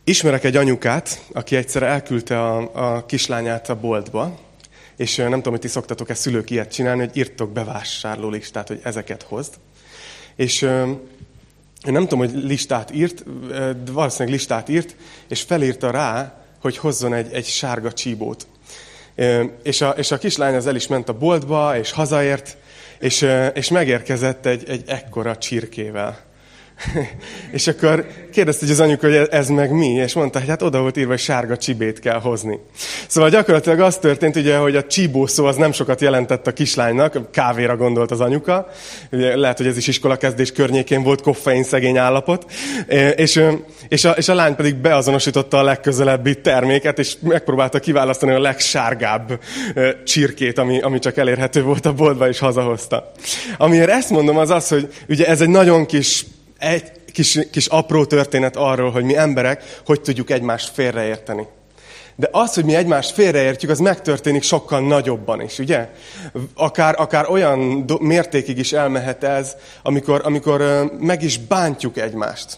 Ismerek egy anyukát, aki egyszer elküldte a kislányát a boltba, és nem tudom, hogy ti szoktatok-e szülők ilyet csinálni, hogy írtok bevásárlólistát, hogy ezeket hozd. És nem tudom, hogy listát írt, de valószínűleg listát írt, és felírta rá, hogy hozzon egy sárga csíbót. És a kislány az el is ment a boltba, és hazaért, és megérkezett egy ekkora csirkével. És akkor kérdezte az anyuka, hogy ez meg mi, és mondta, hogy hát oda volt írva, hogy sárga csibét kell hozni. Szóval gyakorlatilag az történt, ugye, hogy a csíbó szó az nem sokat jelentett a kislánynak, kávéra gondolt az ugye, lehet, hogy ez is iskolakezdés környékén volt, koffein szegény állapot, és a lány pedig beazonosította a legközelebbi terméket, és megpróbálta kiválasztani a legsárgább csirkét, ami csak elérhető volt a boltba, és hazahozta. Amiért ezt mondom, az, hogy ugye ez egy nagyon kis apró történet arról, hogy mi emberek hogy tudjuk egymást félreérteni. De az, hogy mi egymást félreértjük, az megtörténik sokkal nagyobban is, ugye? Akár olyan mértékig is elmehet ez, amikor meg is bántjuk egymást.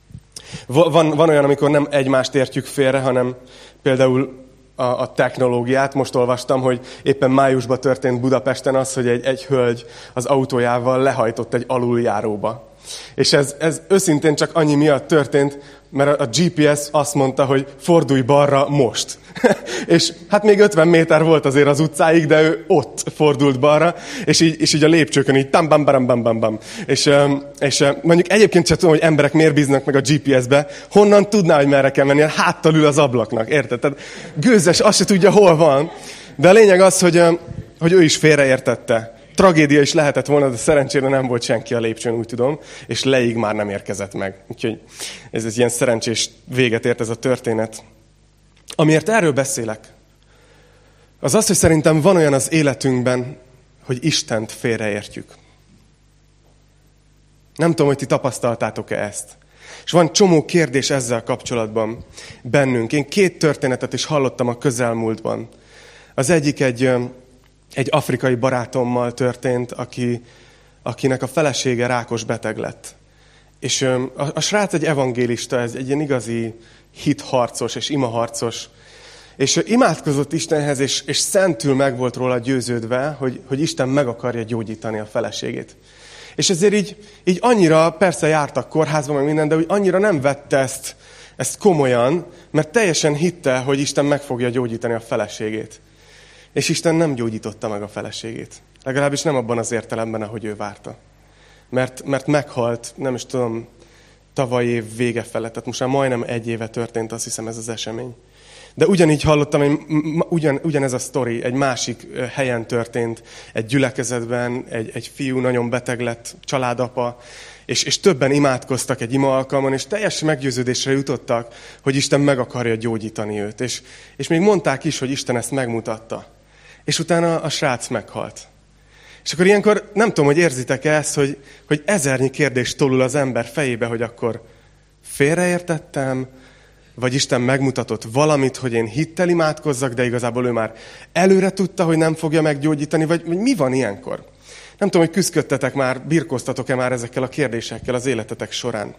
Van olyan, amikor nem egymást értjük félre, hanem például a technológiát. Most olvastam, hogy éppen májusban történt Budapesten az, hogy egy hölgy az autójával lehajtott egy aluljáróba. És ez őszintén csak annyi miatt történt, mert a GPS azt mondta, hogy fordulj balra most. És hát még 50 méter volt azért az utcáig, de ő ott fordult balra, és így a lépcsőkön így tam bam bam bam bam bam. És mondjuk egyébként sem tudom, hogy emberek miért bíznak meg a GPS-be, honnan tudná, hogy merre kell menni, háttal ül az ablaknak, érted? Tehát gőzes, azt se tudja, hol van. De a lényeg az, hogy ő is félreértette. Tragédia is lehetett volna, de szerencsére nem volt senki a lépcsőn, úgy tudom, és leig már nem érkezett meg. Úgyhogy ez egy ilyen szerencsés véget ért ez a történet. Amiért erről beszélek, az, hogy szerintem van olyan az életünkben, hogy Istent félreértjük. Nem tudom, hogy ti tapasztaltátok-e ezt. És van csomó kérdés ezzel kapcsolatban bennünk. Én 2 történetet is hallottam a közelmúltban. Az egyik egy afrikai barátommal történt, akinek a felesége rákos beteg lett. És a srác egy evangélista, ez egy ilyen igazi hitharcos és imaharcos. És imádkozott Istenhez, és szentül meg volt róla győződve, hogy Isten meg akarja gyógyítani a feleségét. És ezért így annyira, persze jártak kórházba, meg minden, de úgy annyira nem vette ezt komolyan, mert teljesen hitte, hogy Isten meg fogja gyógyítani a feleségét. És Isten nem gyógyította meg a feleségét. Legalábbis nem abban az értelemben, ahogy ő várta. Mert meghalt, nem is tudom, tavaly év vége felett, tehát most már majdnem 1 éve történt, azt hiszem, ez az esemény. De ugyanígy hallottam, ugyanez a sztori egy másik helyen történt, egy gyülekezetben, egy fiú nagyon beteg lett, családapa, és többen imádkoztak egy ima alkalmon, és teljes meggyőződésre jutottak, hogy Isten meg akarja gyógyítani őt. És még mondták is, hogy Isten ezt megmutatta. És utána a srác meghalt. És akkor ilyenkor nem tudom, hogy érzitek-e ezt, hogy ezernyi kérdés tolul az ember fejébe, hogy akkor félreértettem, vagy Isten megmutatott valamit, hogy én hittel imádkozzak, de igazából ő már előre tudta, hogy nem fogja meggyógyítani, vagy mi van ilyenkor? Nem tudom, hogy küzdködtetek már, birkóztatok-e már ezekkel a kérdésekkel az életetek során.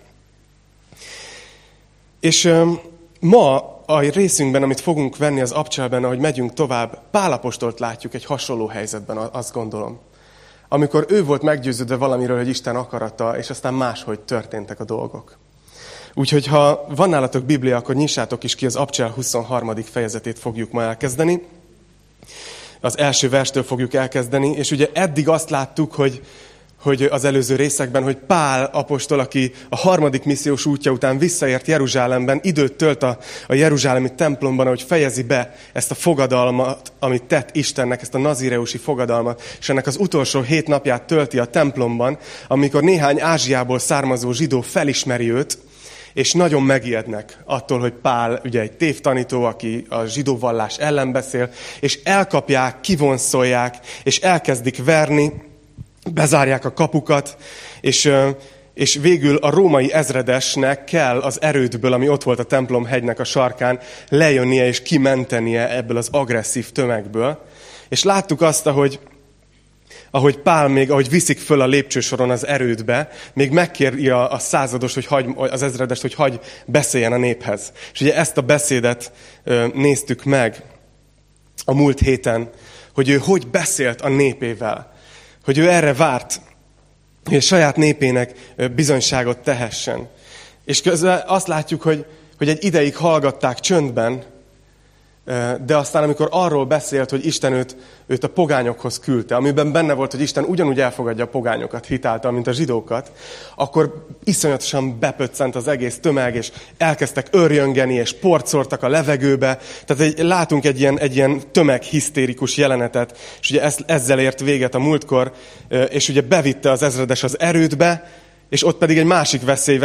És ma a részünkben, amit fogunk venni az Abcselben, ahogy megyünk tovább, Pál apostolt látjuk egy hasonló helyzetben, azt gondolom. Amikor ő volt meggyőződve valamiről, hogy Isten akarata, és aztán máshogy történtek a dolgok. Úgyhogy ha van nálatok Biblia, akkor nyissátok is ki, az Abcsel 23. fejezetét fogjuk ma elkezdeni. Az első verstől fogjuk elkezdeni, és ugye eddig azt láttuk, hogy az előző részekben, hogy Pál apostol, aki a 3. missziós útja után visszaért Jeruzsálemben, időt tölt a jeruzsálemi templomban, ahogy fejezi be ezt a fogadalmat, amit tett Istennek, ezt a nazireusi fogadalmat, és ennek az utolsó 7 napját tölti a templomban, amikor néhány Ázsiából származó zsidó felismeri őt, és nagyon megijednek attól, hogy Pál ugye egy tévtanító, aki a zsidó vallás ellen beszél, és elkapják, kivonszolják, és elkezdik verni, bezárják a kapukat, és végül a római ezredesnek kell az erődből, ami ott volt a templomhegynek a sarkán, lejönnie és kimentenie ebből az agresszív tömegből. És láttuk azt, ahogy Pál még, ahogy viszik föl a lépcsősoron az erődbe, még megkéri a százados, az ezredest, hogy hagyj beszéljen a néphez. És ugye ezt a beszédet néztük meg a múlt héten, hogy ő hogy beszélt a népével. Hogy ő erre várt, hogy a saját népének bizonyságot tehessen. És közben azt látjuk, hogy egy ideig hallgatták csöndben, de aztán, amikor arról beszélt, hogy Isten őt a pogányokhoz küldte, amiben benne volt, hogy Isten ugyanúgy elfogadja a pogányokat hitáltal, mint a zsidókat, akkor iszonyatosan bepöccent az egész tömeg, és elkezdtek örjöngeni, és port szórtak a levegőbe. Tehát látunk egy ilyen tömeghisztérikus jelenetet, és ugye ezzel ért véget a múltkor, és ugye bevitte az ezredes az erődbe, és ott pedig egy másik veszély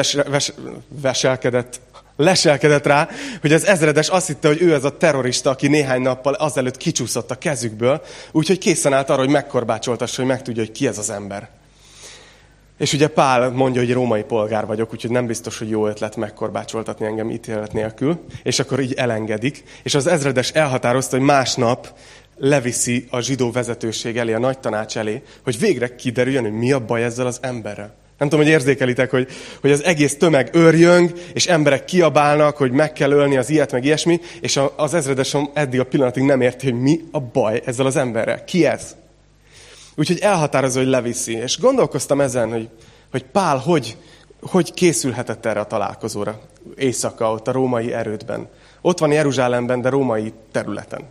leselkedett rá, hogy az ezredes azt hitte, hogy ő az a terrorista, aki néhány nappal azelőtt kicsúszott a kezükből, úgyhogy készen állt arra, hogy megkorbácsoltassa, hogy megtudja, hogy ki ez az ember. És ugye Pál mondja, hogy római polgár vagyok, úgyhogy nem biztos, hogy jó ötlet megkorbácsoltatni engem ítélet nélkül, és akkor így elengedik. És az ezredes elhatározta, hogy másnap leviszi a zsidó vezetőség elé, a nagy tanács elé, hogy végre kiderüljön, hogy mi a baj ezzel az emberrel. Nem tudom, hogy érzékelitek, hogy az egész tömeg örjöng, és emberek kiabálnak, hogy meg kell ölni az ilyet, meg ilyesmi, és az ezredes eddig a pillanatig nem érti, hogy mi a baj ezzel az emberrel. Ki ez? Úgyhogy elhatározza, hogy leviszi. És gondolkoztam ezen, hogy Pál hogy készülhetett erre a találkozóra éjszaka, ott a római erődben. Ott van Jeruzsálemben, de római területen.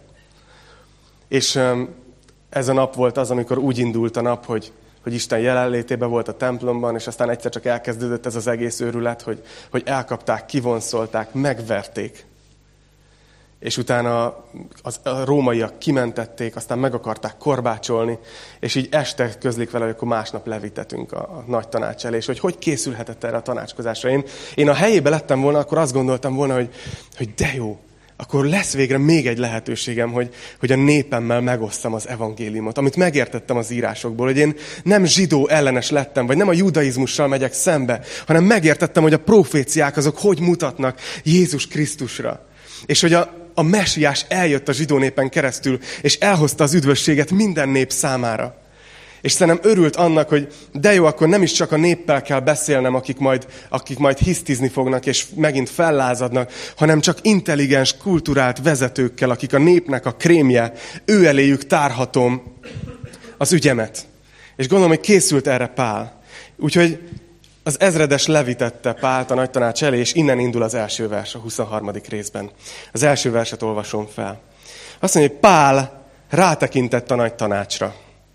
És ez a nap volt az, amikor úgy indult a nap, hogy Isten jelenlétében volt a templomban, és aztán egyszer csak elkezdődött ez az egész őrület, hogy elkapták, kivonszolták, megverték. És utána a rómaiak kimentették, aztán meg akarták korbácsolni, és így este közlik vele, hogy akkor másnap levitetünk a nagy tanács elé, és hogy készülhetett erre a tanácskozásra. Én a helyébe lettem volna, akkor azt gondoltam volna, hogy de jó, akkor lesz végre még egy lehetőségem, hogy a népemmel megosztam az evangéliumot, amit megértettem az írásokból, hogy én nem zsidó ellenes lettem, vagy nem a judaizmussal megyek szembe, hanem megértettem, hogy a proféciák azok hogy mutatnak Jézus Krisztusra. És hogy a mesiás eljött a zsidó népen keresztül, és elhozta az üdvösséget minden nép számára. És szerintem örült annak, hogy de jó, akkor nem is csak a néppel kell beszélnem, akik majd hisztizni fognak, és megint fellázadnak, hanem csak intelligens, kulturált vezetőkkel, akik a népnek a krémje, ő eléjük tárhatom az ügyemet. És gondolom, hogy készült erre Pál. Úgyhogy az ezredes levitette Pált a nagy tanács elé, és innen indul az első vers a 23. részben. Az első verset olvasom fel. Azt mondja, hogy Pál rátekintett a nagy tanácsra.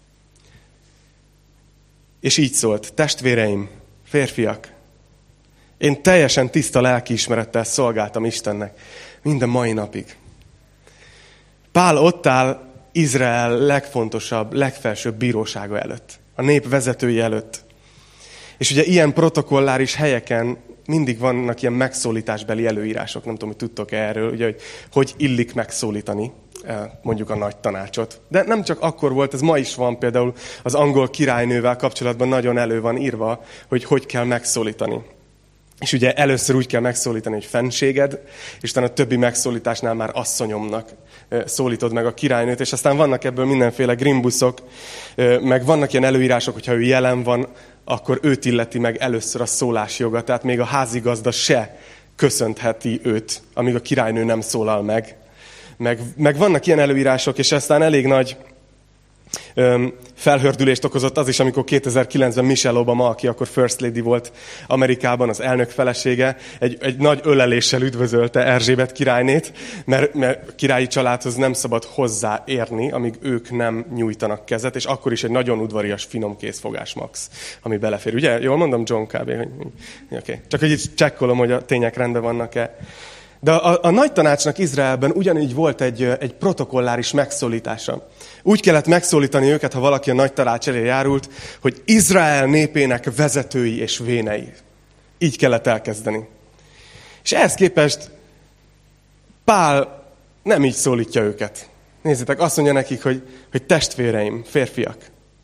És így szólt, testvéreim, férfiak, én teljesen tiszta lelkiismerettel szolgáltam Istennek minden mai napig. Pál ott áll Izrael legfontosabb, legfelsőbb bírósága előtt, a nép vezetői előtt. És ugye ilyen protokolláris helyeken mindig vannak ilyen megszólításbeli előírások, nem tudom, hogy tudtok erről, ugye, hogy illik megszólítani mondjuk a nagy tanácsot. De nem csak akkor volt, ez ma is van, például az angol királynővel kapcsolatban nagyon elő van írva, hogy kell megszólítani. És ugye először úgy kell megszólítani, hogy fenséged, és utána a többi megszólításnál már asszonyomnak szólítod meg a királynőt, és aztán vannak ebből mindenféle grimbuszok, meg vannak ilyen előírások, hogyha ő jelen van, akkor őt illeti meg először a szólásjoga, tehát még a házigazda se köszöntheti őt, amíg a királynő nem szólal meg. Meg vannak ilyen előírások, és aztán elég nagy felhördülést okozott az is, amikor 2009-ben Michelle Obama, aki akkor First Lady volt Amerikában, az elnök felesége, egy nagy öleléssel üdvözölte Erzsébet királynét, mert királyi családhoz nem szabad hozzáérni, amíg ők nem nyújtanak kezet, és akkor is egy nagyon udvarias, finom kézfogás max, ami belefér. Ugye? Jól mondom, John kb. Okay. Csak hogy itt csekkolom, hogy a tények rendben vannak-e. De a nagy tanácsnak Izraelben ugyanígy volt egy protokolláris megszólítása. Úgy kellett megszólítani őket, ha valaki a nagy tanács elé járult, hogy Izrael népének vezetői és vénei. Így kellett elkezdeni. És ehhez képest Pál nem így szólítja őket. Nézzétek, azt mondja nekik, hogy testvéreim, férfiak.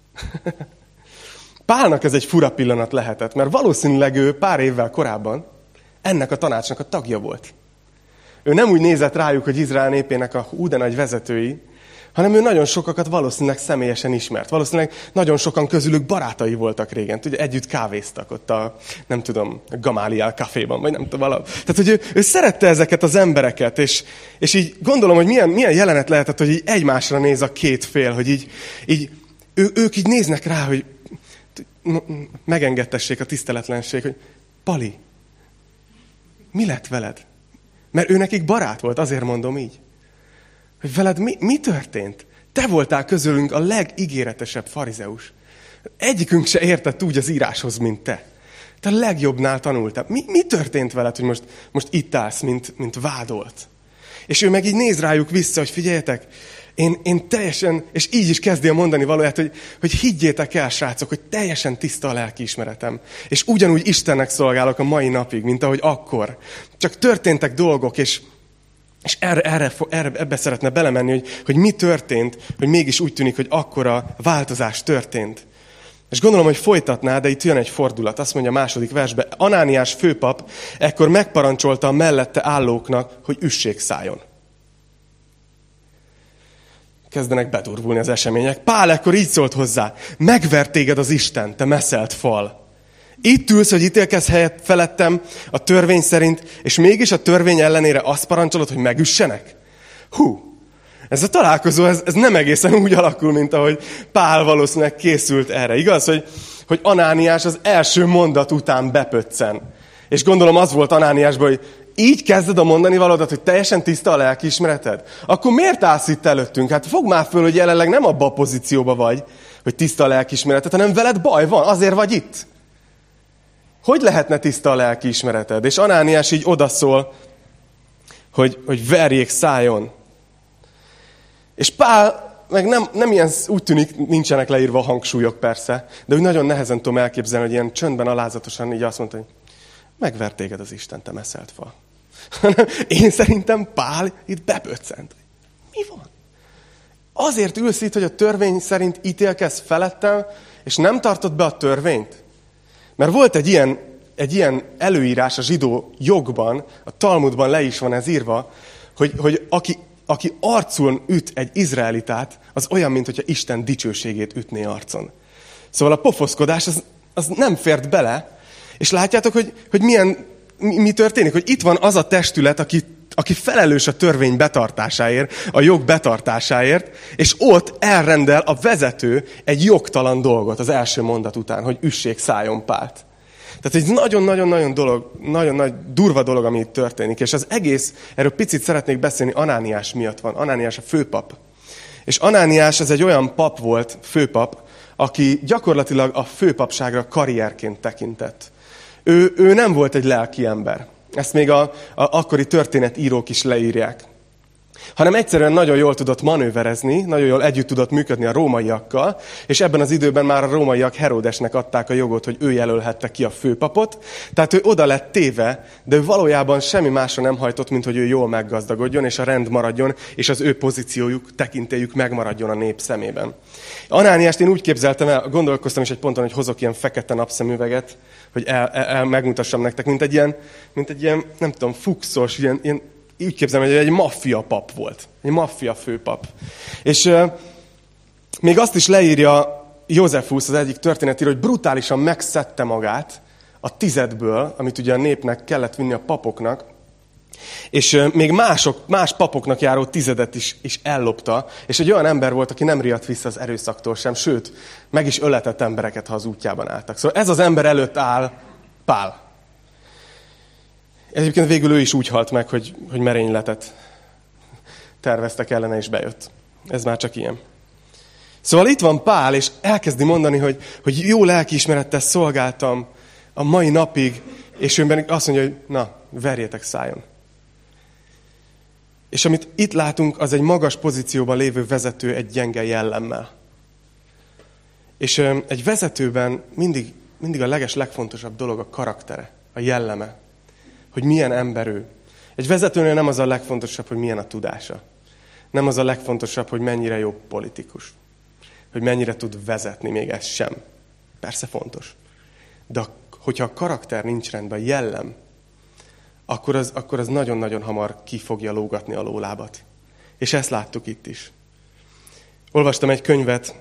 Pálnak ez egy fura pillanat lehetett, mert valószínűleg ő pár évvel korábban ennek a tanácsnak a tagja volt. Ő nem úgy nézett rájuk, hogy Izrael népének a de nagy vezetői, hanem ő nagyon sokakat valószínűleg személyesen ismert. Valószínűleg nagyon sokan közülük barátai voltak régen. Ugye együtt kávéztak ott a Gamáliel kaféban, vagy nem tudom, valahol. Tehát, hogy ő szerette ezeket az embereket, és így gondolom, hogy milyen jelenet lehetett, hogy így egymásra néz a két fél, hogy ők így néznek rá, hogy megengedtessék a tiszteletlenség, hogy Pali, mi lett veled? Mert ő nekik barát volt, azért mondom így. Hogy veled mi történt? Te voltál közülünk a legígéretesebb farizeus. Egyikünk se értett úgy az íráshoz, mint te. Te a legjobbnál tanultál. Mi történt veled, hogy most itt állsz, mint vádolt? És ő meg így néz rájuk vissza, hogy figyeljetek, én teljesen, és így is kezdi a mondani valóját, hogy higgyétek el, srácok, hogy teljesen tiszta a lelkiismeretem. És ugyanúgy Istennek szolgálok a mai napig, mint ahogy akkor. Csak történtek dolgok, és ebbe szeretne belemenni, hogy mi történt, hogy mégis úgy tűnik, hogy akkora változás történt. És gondolom, hogy folytatná, de itt jön egy fordulat. Azt mondja a második versben, Anániás főpap ekkor megparancsolta a mellette állóknak, hogy üssék szájon. Kezdenek bedurvulni az események. Pál ekkor így szólt hozzá, megvert téged az Isten, te meszelt fal. Itt ülsz, hogy ítélkezz felettem a törvény szerint, és mégis a törvény ellenére azt parancsolod, hogy megüssenek? Ez a találkozó, ez nem egészen úgy alakul, mint ahogy Pál valószínűleg készült erre. Igaz, hogy Anániás az első mondat után bepöccen. És gondolom az volt Anániásban, hogy így kezded a mondani valódat, hogy teljesen tiszta a lelkiismereted? Akkor miért állsz itt előttünk? Hát fogd már föl, hogy jelenleg nem abban a pozícióban vagy, hogy tiszta a lelkiismereted, hanem veled baj van, azért vagy itt. Hogy lehetne tiszta a lelkiismereted? És Anániás így odaszól, hogy verjék szájon. És Pál meg nem ilyen, úgy tűnik, nincsenek leírva a hangsúlyok persze, de úgy nagyon nehezen tudom elképzelni, hogy ilyen csöndben, alázatosan így azt mondta, hogy megvert téged az Isten, te meszelt fal. Én szerintem Pál itt bepöccent. Mi van? Azért ülsz itt, hogy a törvény szerint ítélkezz felettem, és nem tartod be a törvényt? Mert volt egy ilyen előírás a zsidó jogban, a Talmudban le is van ez írva, hogy aki arcon üt egy izraelitát, az olyan, mint hogyha Isten dicsőségét ütné arcon. Szóval a pofoszkodás az nem fért bele, és látjátok, hogy mi történik? Hogy itt van az a testület, aki felelős a törvény betartásáért, a jog betartásáért, és ott elrendel a vezető egy jogtalan dolgot az első mondat után, hogy üssék szájon Pált. Tehát egy nagyon nagy durva dolog, ami itt történik. És az egész, erről picit szeretnék beszélni, Anániás miatt van. Anániás a főpap. És Anániás ez egy olyan pap volt, főpap, aki gyakorlatilag a főpapságra karrierként tekintett. Ő nem volt egy lelki ember. Ezt még a akkori történetírók is leírják. Hanem egyszerűen nagyon jól tudott manőverezni, nagyon jól együtt tudott működni a rómaiakkal, és ebben az időben már a rómaiak Heródesnek adták a jogot, hogy ő jelölhette ki a főpapot. Tehát ő oda lett téve, de ő valójában semmi másra nem hajtott, mint hogy ő jól meggazdagodjon, és a rend maradjon, és az ő pozíciójuk, tekintélyük megmaradjon a nép szemében. Anániást én úgy képzeltem el, gondolkoztam is egy ponton, hogy hozok ilyen fekete napszemüveget, hogy megmutassam nektek, mint egy ilyen nem tudom, fuxos, ilyen úgy képzelem, hogy egy maffia pap volt. Egy maffia főpap. És még azt is leírja Józsefusz, az egyik történetíró, hogy brutálisan megszedte magát a 10-ből, amit ugye a népnek kellett vinni a papoknak, és még más papoknak járó 10 is ellopta, és egy olyan ember volt, aki nem riadt vissza az erőszaktól sem, sőt, meg is öletett embereket, ha az útjában álltak. Szóval ez az ember előtt áll Pál. Egyébként végül ő is úgy halt meg, hogy merényletet terveztek ellene, és bejött. Ez már csak ilyen. Szóval itt van Pál, és elkezdi mondani, hogy jó lelkiismerettel szolgáltam a mai napig, és ő pedig azt mondja, hogy na, verjétek szájon. És amit itt látunk, az egy magas pozícióban lévő vezető egy gyenge jellemmel. És egy vezetőben mindig a legfontosabb dolog a karaktere, a jelleme. Hogy milyen ember ő. Egy vezetőnél nem az a legfontosabb, hogy milyen a tudása. Nem az a legfontosabb, hogy mennyire jó politikus. Hogy mennyire tud vezetni, még ez sem. Persze fontos. De hogyha a karakter nincs rendben, a jellem, akkor az nagyon-nagyon hamar ki fogja lógatni a lólábat. És ezt láttuk itt is. Olvastam egy könyvet,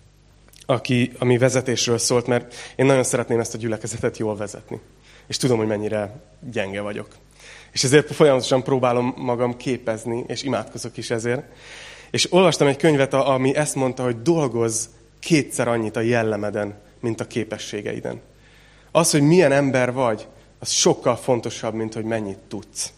ami vezetésről szólt, mert én nagyon szeretném ezt a gyülekezetet jól vezetni. És tudom, hogy mennyire gyenge vagyok. És ezért folyamatosan próbálom magam képezni, és imádkozok is ezért. És olvastam egy könyvet, ami ezt mondta, hogy dolgozz 2-szer annyit a jellemeden, mint a képességeiden. Az, hogy milyen ember vagy, az sokkal fontosabb, mint hogy mennyit tudsz.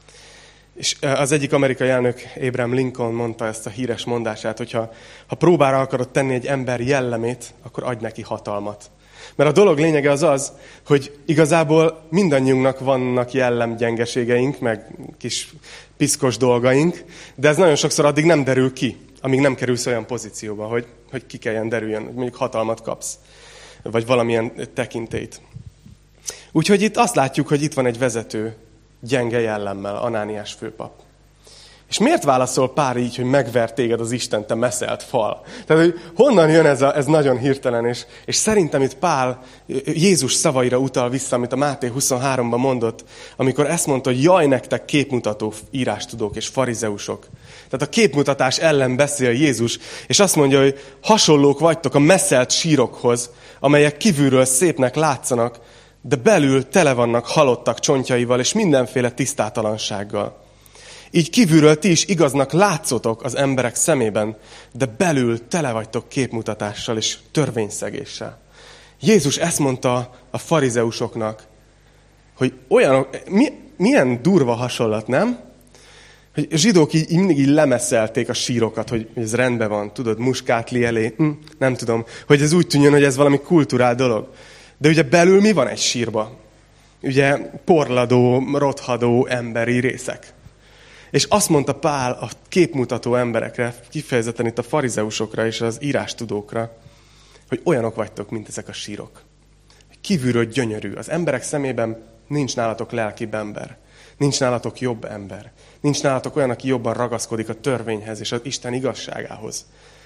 És az egyik amerikai elnök, Abraham Lincoln mondta ezt a híres mondását, hogy ha próbára akarod tenni egy ember jellemét, akkor adj neki hatalmat. Mert a dolog lényege az, hogy igazából mindannyiunknak vannak jellemgyengeségeink, meg kis piszkos dolgaink, de ez nagyon sokszor addig nem derül ki, amíg nem kerülsz olyan pozícióba, hogy ki kelljen derüljön, hogy mondjuk hatalmat kapsz, vagy valamilyen tekintélyt. Úgyhogy itt azt látjuk, hogy itt van egy vezető, gyenge jellemmel, Anániás főpap. És miért válaszol Pál így, hogy megver téged az Isten, te meszelt fal? Tehát, hogy honnan jön ez nagyon hirtelen, és szerintem itt Pál Jézus szavaira utal vissza, amit a Máté 23-ban mondott, amikor ezt mondta, hogy jaj nektek képmutató írástudók és farizeusok. Tehát a képmutatás ellen beszél Jézus, és azt mondja, hogy hasonlók vagytok a meszelt sírokhoz, amelyek kívülről szépnek látszanak, de belül tele vannak halottak csontjaival és mindenféle tisztátalansággal. Így kívülről ti is igaznak látszotok az emberek szemében, de belül tele vagytok képmutatással és törvényszegéssel. Jézus ezt mondta a farizeusoknak, hogy olyanok, milyen durva hasonlat, nem? Hogy a zsidók így mindig így lemeszelték a sírokat, hogy ez rendben van, tudod, muskátli elé, nem tudom, hogy ez úgy tűnjön, hogy ez valami kulturál dolog. De ugye belül mi van egy sírba? Ugye porladó, rothadó emberi részek. És azt mondta Pál a képmutató emberekre, kifejezetten itt a farizeusokra és az írástudókra, hogy olyanok vagytok, mint ezek a sírok. Kívülről gyönyörű. Az emberek szemében nincs nálatok lelkibb ember. Nincs nálatok jobb ember. Nincs nálatok olyan, aki jobban ragaszkodik a törvényhez és az Isten igazságához.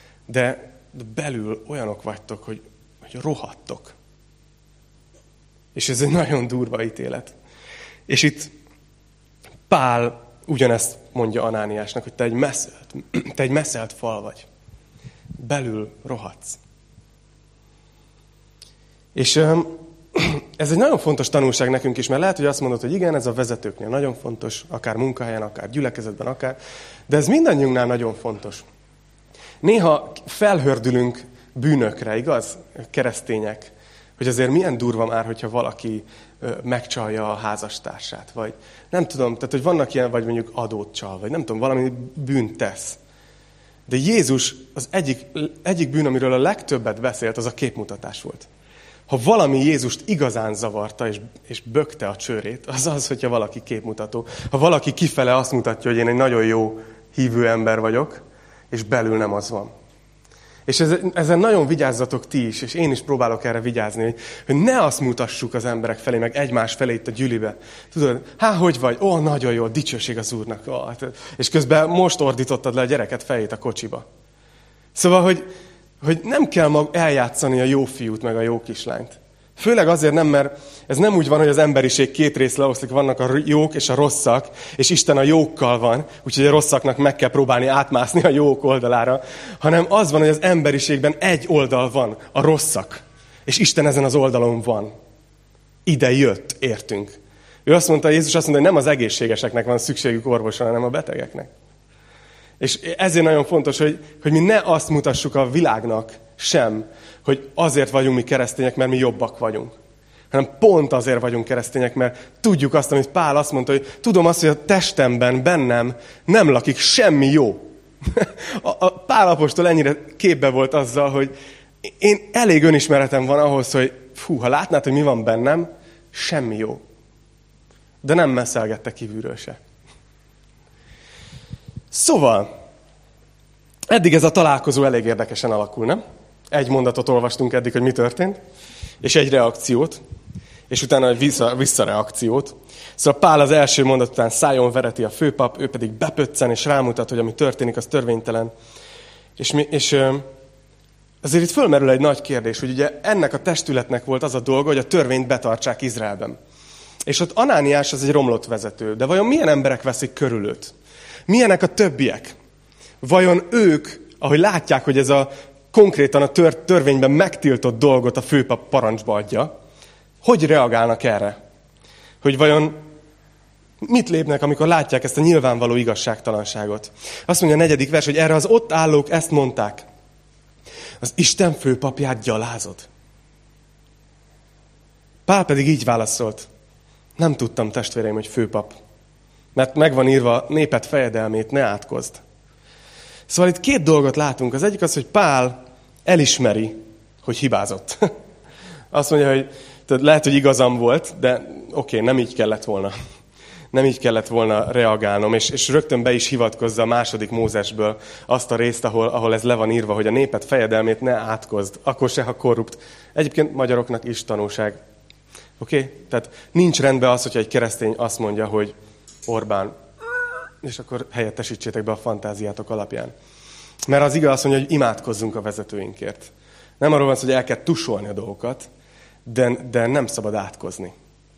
De belül olyanok vagytok, hogy rohadtok. És ez egy nagyon durva ítélet. És itt Pál ugyanezt mondja Anániásnak, hogy te egy meszelt fal vagy. Belül rohadsz. És ez egy nagyon fontos tanulság nekünk is, mert lehet, hogy azt mondod, hogy igen, ez a vezetőknél nagyon fontos, akár munkahelyen, akár gyülekezetben, akár, de ez mindannyiunknál nagyon fontos. Néha felhördülünk bűnökre, igaz? Keresztények. Hogy azért milyen durva már, hogyha valaki megcsalja a házastársát, vagy nem tudom, tehát hogy vannak ilyen, vagy mondjuk adót csal, vagy nem tudom, valami bűnt tesz. De Jézus az egyik bűn, amiről a legtöbbet beszélt, az a képmutatás volt. Ha valami Jézust igazán zavarta, és bökte a csőrét, az az, hogyha valaki képmutató. Ha valaki kifele azt mutatja, hogy én egy nagyon jó hívő ember vagyok, és belül nem az van. És ezen nagyon vigyázzatok ti is, és én is próbálok erre vigyázni, hogy ne azt mutassuk az emberek felé, meg egymás felé itt a gyülibe. Tudod, hogy vagy? Ó, nagyon jó, dicsőség az Úrnak. És közben most ordítottad le a gyereket fejét a kocsiba. Szóval, hogy nem kell eljátszani a jó fiút, meg a jó kislányt. Főleg azért nem, mert ez nem úgy van, hogy az emberiség 2 részre oszlik, vannak a jók és a rosszak, és Isten a jókkal van, úgyhogy a rosszaknak meg kell próbálni átmászni a jók oldalára, hanem az van, hogy az emberiségben egy oldal van, a rosszak, és Isten ezen az oldalon van. Ide jött, értünk. Jézus azt mondta, hogy nem az egészségeseknek van szükségük orvosra, hanem a betegeknek. És ezért nagyon fontos, hogy mi ne azt mutassuk a világnak sem, hogy azért vagyunk mi keresztények, mert mi jobbak vagyunk. Hanem pont azért vagyunk keresztények, mert tudjuk azt, amit Pál azt mondta, hogy tudom azt, hogy a testemben, bennem nem lakik semmi jó. A Pál apostol ennyire képbe volt azzal, hogy én elég önismeretem van ahhoz, hogy ha látnád, hogy mi van bennem, semmi jó. De nem messzelgette kívülről se. Szóval, eddig ez a találkozó elég érdekesen alakul, nem? Egy mondatot olvastunk eddig, hogy mi történt, és egy reakciót, és utána egy visszareakciót. Szóval Pál az első mondat után szájon vereti a főpap, ő pedig bepöccen, és rámutat, hogy ami történik, az törvénytelen. És azért itt fölmerül egy nagy kérdés, hogy ugye ennek a testületnek volt az a dolga, hogy a törvényt betartsák Izraelben. És ott Anániás az egy romlott vezető, de vajon milyen emberek veszik körül őt? Milyenek a többiek? Vajon ők ahogy látják, hogy ez a konkrétan a törvényben megtiltott dolgot a főpap parancsba adja, hogy reagálnak erre? Hogy vajon mit lépnek, amikor látják ezt a nyilvánvaló igazságtalanságot? Azt mondja a 4. vers, hogy erre az ott állók ezt mondták. Az Isten főpapját gyalázod. Pál pedig így válaszolt. Nem tudtam, testvéreim, hogy főpap. Mert meg van írva, néped fejedelmét ne átkozd. Szóval itt 2 dolgot látunk. Az egyik az, hogy Pál elismeri, hogy hibázott. Azt mondja, hogy lehet, hogy igazam volt, de oké, nem így kellett volna. Nem így kellett volna reagálnom, és rögtön be is hivatkozza a 2. Mózesből azt a részt, ahol ez le van írva, hogy a néped fejedelmét ne átkozd, akkor se, ha korrupt. Egyébként magyaroknak is tanúság. Oké? Tehát nincs rendben az, hogyha egy keresztény azt mondja, hogy Orbán, és akkor helyettesítsétek be a fantáziátok alapján. Mert az igaz azt mondja, hogy imádkozzunk a vezetőinkért. Nem arról van szó, hogy el kell tusolni a dolgokat, de nem szabad átkozni.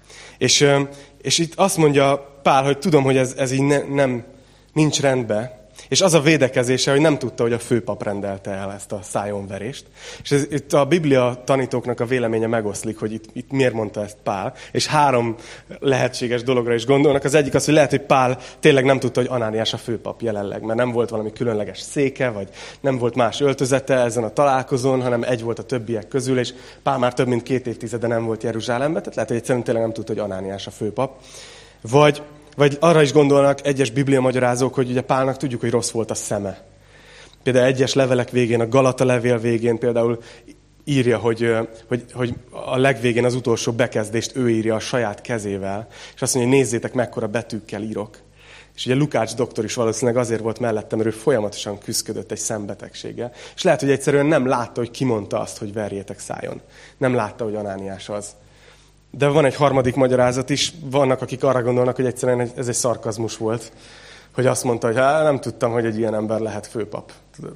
És itt azt mondja Pál, hogy tudom, hogy ez így nincs rendben, és az a védekezése, hogy nem tudta, hogy a főpap rendelte el ezt a szájonverést. És itt a Biblia tanítóknak a véleménye megoszlik, hogy itt miért mondta ezt Pál, és 3 lehetséges dologra is gondolnak. Az egyik az, hogy lehet, hogy Pál tényleg nem tudta, hogy Anániás a főpap jelenleg, mert nem volt valami különleges széke, vagy nem volt más öltözete ezen a találkozón, hanem egy volt a többiek közül, és Pál már több mint 2 évtizede nem volt Jeruzsálemben, tehát lehet, hogy egyszerűen tényleg nem tudta, hogy Anániás a főpap. Vagy arra is gondolnak egyes bibliamagyarázók, hogy ugye Pálnak tudjuk, hogy rossz volt a szeme. Például egyes levelek végén, a Galata levél végén például írja, hogy a legvégén az utolsó bekezdést ő írja a saját kezével, és azt mondja, hogy nézzétek, mekkora betűkkel írok. És ugye Lukács doktor is valószínűleg azért volt mellettem, mert ő folyamatosan küszködött egy szembetegséggel. És lehet, hogy egyszerűen nem látta, hogy ki mondta azt, hogy verjétek szájon. Nem látta, hogy Anániás az. De van egy 3. magyarázat is, vannak, akik arra gondolnak, hogy egyszerűen ez egy szarkazmus volt, hogy azt mondta, hogy nem tudtam, hogy egy ilyen ember lehet főpap.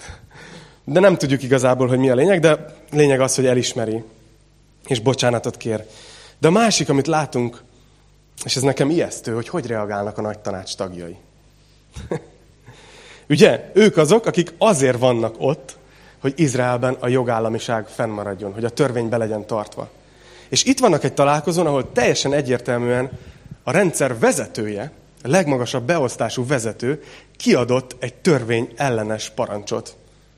De nem tudjuk igazából, hogy mi a lényeg, de lényeg az, hogy elismeri, és bocsánatot kér. De a másik, amit látunk, és ez nekem ijesztő, hogy reagálnak a nagy tanács tagjai. Ugye, ők azok, akik azért vannak ott, hogy Izraelben a jogállamiság fennmaradjon, hogy a törvény be legyen tartva. És itt vannak egy találkozón, ahol teljesen egyértelműen a rendszer vezetője, a legmagasabb beosztású vezető kiadott egy törvény ellenes parancsot.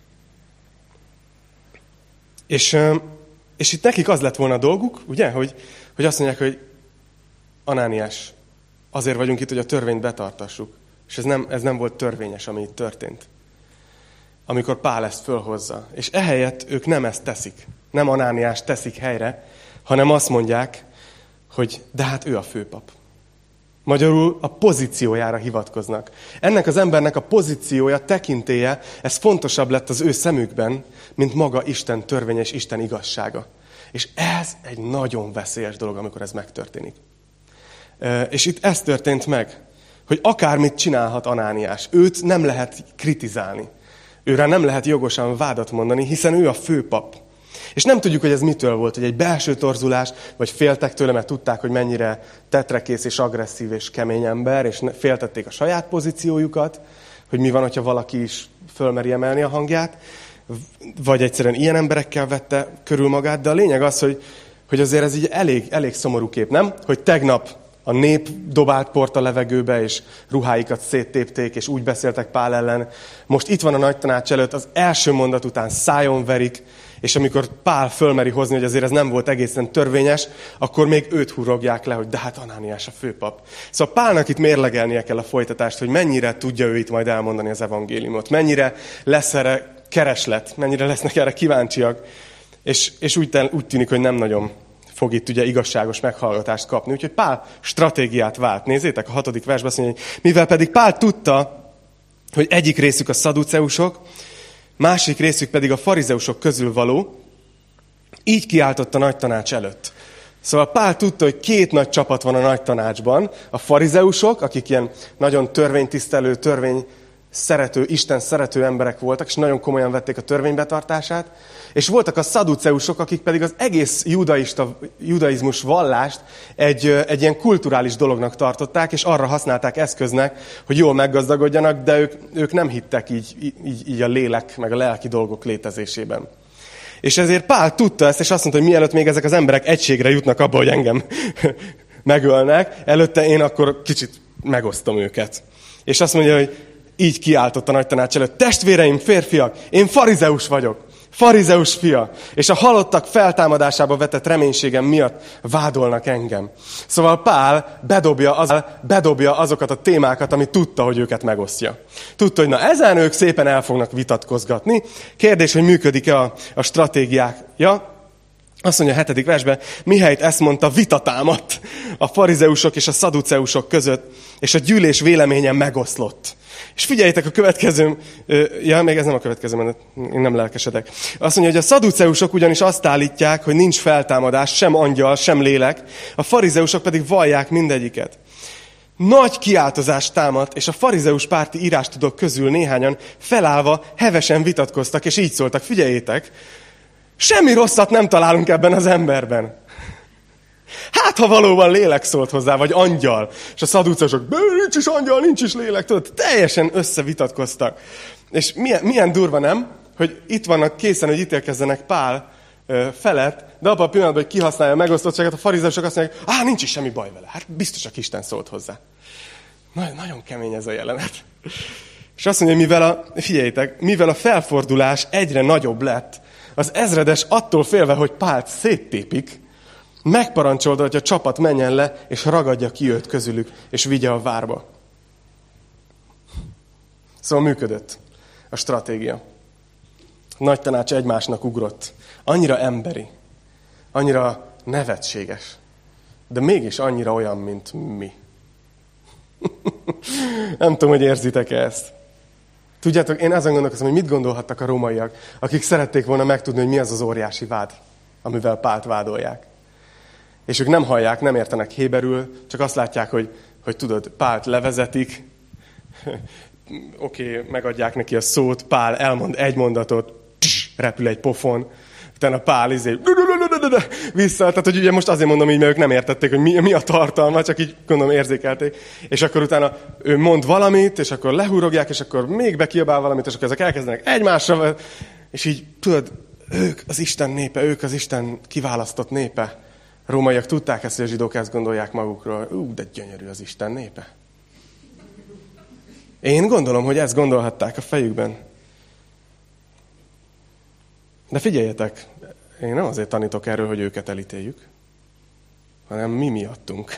És itt nekik az lett volna a dolguk, ugye, hogy azt mondják, hogy Anániás, azért vagyunk itt, hogy a törvényt betartassuk. És ez nem volt törvényes, ami itt történt. Amikor Pál ezt fölhozza. És ehelyett ők nem ezt teszik. Nem Anániást teszik helyre, hanem azt mondják, hogy de hát ő a főpap. Magyarul a pozíciójára hivatkoznak. Ennek az embernek a pozíciója, tekintélye, ez fontosabb lett az ő szemükben, mint maga Isten törvénye és Isten igazsága. És ez egy nagyon veszélyes dolog, amikor ez megtörténik. És itt ez történt meg, hogy akármit csinálhat Anániás, őt nem lehet kritizálni. Őre nem lehet jogosan vádat mondani, hiszen ő a főpap. És nem tudjuk, hogy ez mitől volt, hogy egy belső torzulás, vagy féltek tőle, mert tudták, hogy mennyire tetrekész és agresszív és kemény ember, és féltették a saját pozíciójukat, hogy mi van, hogyha valaki is fölmeri emelni a hangját, vagy egyszerűen ilyen emberekkel vette körül magát, de a lényeg az, hogy azért ez így elég szomorú kép, nem? Hogy tegnap a nép dobált port a levegőbe, és ruháikat széttépték, és úgy beszéltek Pál ellen. Most itt van a nagy tanács előtt, az első mondat után szájon verik, és amikor Pál fölmeri hozni, hogy azért ez nem volt egészen törvényes, akkor még őt hurrogják le, hogy de hát Anániás a főpap. Szóval Pálnak itt mérlegelnie kell a folytatást, hogy mennyire tudja ő itt majd elmondani az evangéliumot, mennyire lesz erre kereslet, mennyire lesznek erre kíváncsiak, és úgy tűnik, hogy nem nagyon fog itt ugye igazságos meghallgatást kapni. Úgyhogy Pál stratégiát vált. Nézzétek, a 6. versben azt mondja, hogy mivel pedig Pál tudta, hogy egyik részük a szaduceusok, másik részük pedig a farizeusok közül való, így kiáltott a nagy tanács előtt. Szóval Pál tudta, hogy 2 nagy csapat van a nagy tanácsban, a farizeusok, akik ilyen nagyon törvénytisztelő, törvény szerető, Isten szerető emberek voltak, és nagyon komolyan vették a törvénybetartását, és voltak a szaduceusok, akik pedig az egész judaizmus vallást egy ilyen kulturális dolognak tartották, és arra használták eszköznek, hogy jól meggazdagodjanak, de ők nem hittek így a lélek, meg a lelki dolgok létezésében. És ezért Pál tudta ezt, és azt mondta, hogy mielőtt még ezek az emberek egységre jutnak abba, hogy engem megölnek, előtte én akkor kicsit megosztom őket. És azt mondja, hogy így kiáltott a nagy tanács előtt: testvéreim, férfiak, én farizeus vagyok, farizeus fia, és a halottak feltámadásába vetett reménységem miatt vádolnak engem. Szóval Pál bedobja azokat a témákat, amit tudta, hogy őket megosztja. Tudta, hogy na ezen ők szépen el fognak vitatkozgatni. Kérdés, hogy működik-e a stratégiája. Azt mondja a 7. versben, mihelyt ezt mondta, vita támadt a farizeusok és a szaduceusok között, és a gyűlés véleményen megoszlott. És figyeljétek a következő, még ez nem a következő, mert én nem lelkesedek. Azt mondja, hogy a szaduceusok ugyanis azt állítják, hogy nincs feltámadás, sem angyal, sem lélek, a farizeusok pedig vallják mindegyiket. Nagy kiáltozás támadt, és a farizeus párti írástudók közül néhányan felállva hevesen vitatkoztak, és így szóltak: figyeljétek, semmi rosszat nem találunk ebben az emberben. Hát, ha valóban lélek szólt hozzá, vagy angyal. És a szaduceusok: nincs is angyal, nincs is lélek. Tudod, teljesen összevitatkoztak. És milyen durva, nem? Hogy itt vannak készen, hogy ítélkezzenek Pál felett, de abban a pillanatban, hogy kihasználja a megosztottságot, a farizeusok azt mondják: nincs is semmi baj vele. Hát biztos, hogy Isten szólt hozzá. Nagyon kemény ez a jelenet. És azt mondja, mivel a felfordulás egyre nagyobb lett, az ezredes attól félve, hogy Pált széttépik, megparancsolta, hogy a csapat menjen le, és ragadja ki őt közülük, és vigye a várba. Szóval működött a stratégia. A nagy tanács egymásnak ugrott. Annyira emberi, annyira nevetséges, de mégis annyira olyan, mint mi. Nem tudom, hogy érzitek ezt. Tudjátok, én azon gondolkozom, hogy mit gondolhattak a rómaiak, akik szerették volna megtudni, hogy mi az az óriási vád, amivel Pált vádolják. És ők nem hallják, nem értenek héberül, csak azt látják, hogy tudod, Pált levezetik, oké, megadják neki a szót, Pál elmond egy mondatot, repül egy pofon, utána Pál vissza, tehát hogy ugye most azért mondom így, mert ők nem értették, hogy mi a tartalma, csak így gondolom érzékelték, és akkor utána ő mond valamit, és akkor lehúrogják, és akkor még bekiabál valamit, és akkor ezek elkezdenek egymásra, és így tudod, ők az Isten népe, ők az Isten kiválasztott népe. A rómaiak tudták ezt, hogy a zsidók ezt gondolják magukról. De gyönyörű az Isten népe. Én gondolom, hogy ezt gondolhatták a fejükben. De figyeljetek, én nem azért tanítok erről, hogy őket elítéljük, hanem mi miattunk.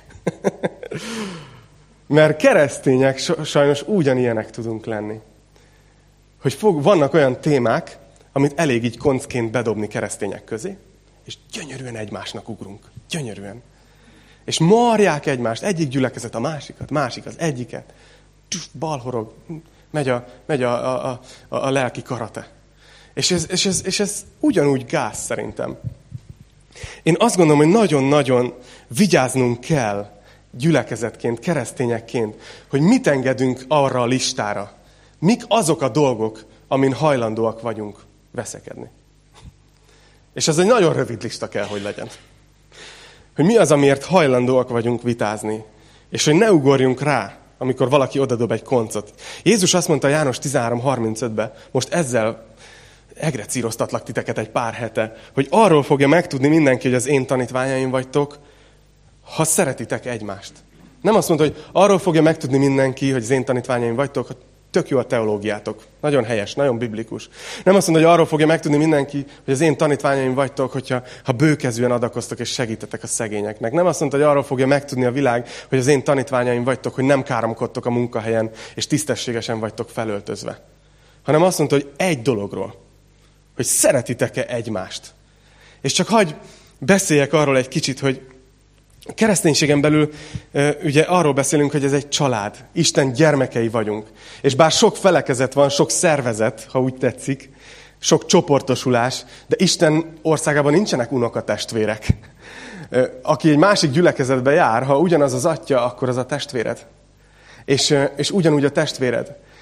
Mert keresztények sajnos ugyanilyenek tudunk lenni. Hogy vannak olyan témák, amit elég így koncként bedobni keresztények közé, és gyönyörűen egymásnak ugrunk. Gyönyörűen. És marják egymást, egyik gyülekezet a másikat, másik az egyiket. Balhorog, megy a lelki karate. És ez ugyanúgy gáz szerintem. Én azt gondolom, hogy nagyon-nagyon vigyáznunk kell gyülekezetként, keresztényekként, hogy mit engedünk arra a listára. Mik azok a dolgok, amin hajlandóak vagyunk veszekedni. És ez egy nagyon rövid lista kell, hogy legyen. Hogy mi az, amiért hajlandóak vagyunk vitázni. És hogy ne ugorjunk rá, amikor valaki odadob egy koncot. Jézus azt mondta János 13:35-ben, most ezzel egrecíroztatlak titeket egy pár hete, hogy arról fogja megtudni mindenki, hogy az én tanítványaim vagytok, ha szeretitek egymást. Nem azt mondta, hogy arról fogja megtudni mindenki, hogy az én tanítványaim vagytok, ha tök jó a teológiátok. Nagyon helyes, nagyon biblikus. Nem azt mondta, hogy arról fogja megtudni mindenki, hogy az én tanítványaim vagytok, hogyha bőkezűen adakoztok és segítetek a szegényeknek. Nem azt mondta, hogy arról fogja megtudni a világ, hogy az én tanítványaim vagytok, hogy nem káromkodtok a munkahelyen, és tisztességesen vagytok felöltözve. Hanem azt mondta, hogy egy dologról, hogy szeretitek-e egymást. És csak hagyj beszéljek arról egy kicsit, hogy a kereszténységen belül ugye arról beszélünk, hogy ez egy család. Isten gyermekei vagyunk. És bár sok felekezet van, sok szervezet, ha úgy tetszik, sok csoportosulás, de Isten országában nincsenek unokatestvérek. Aki egy másik gyülekezetbe jár, ha ugyanaz az atya, akkor az a testvéred. És ugyanúgy a testvéred.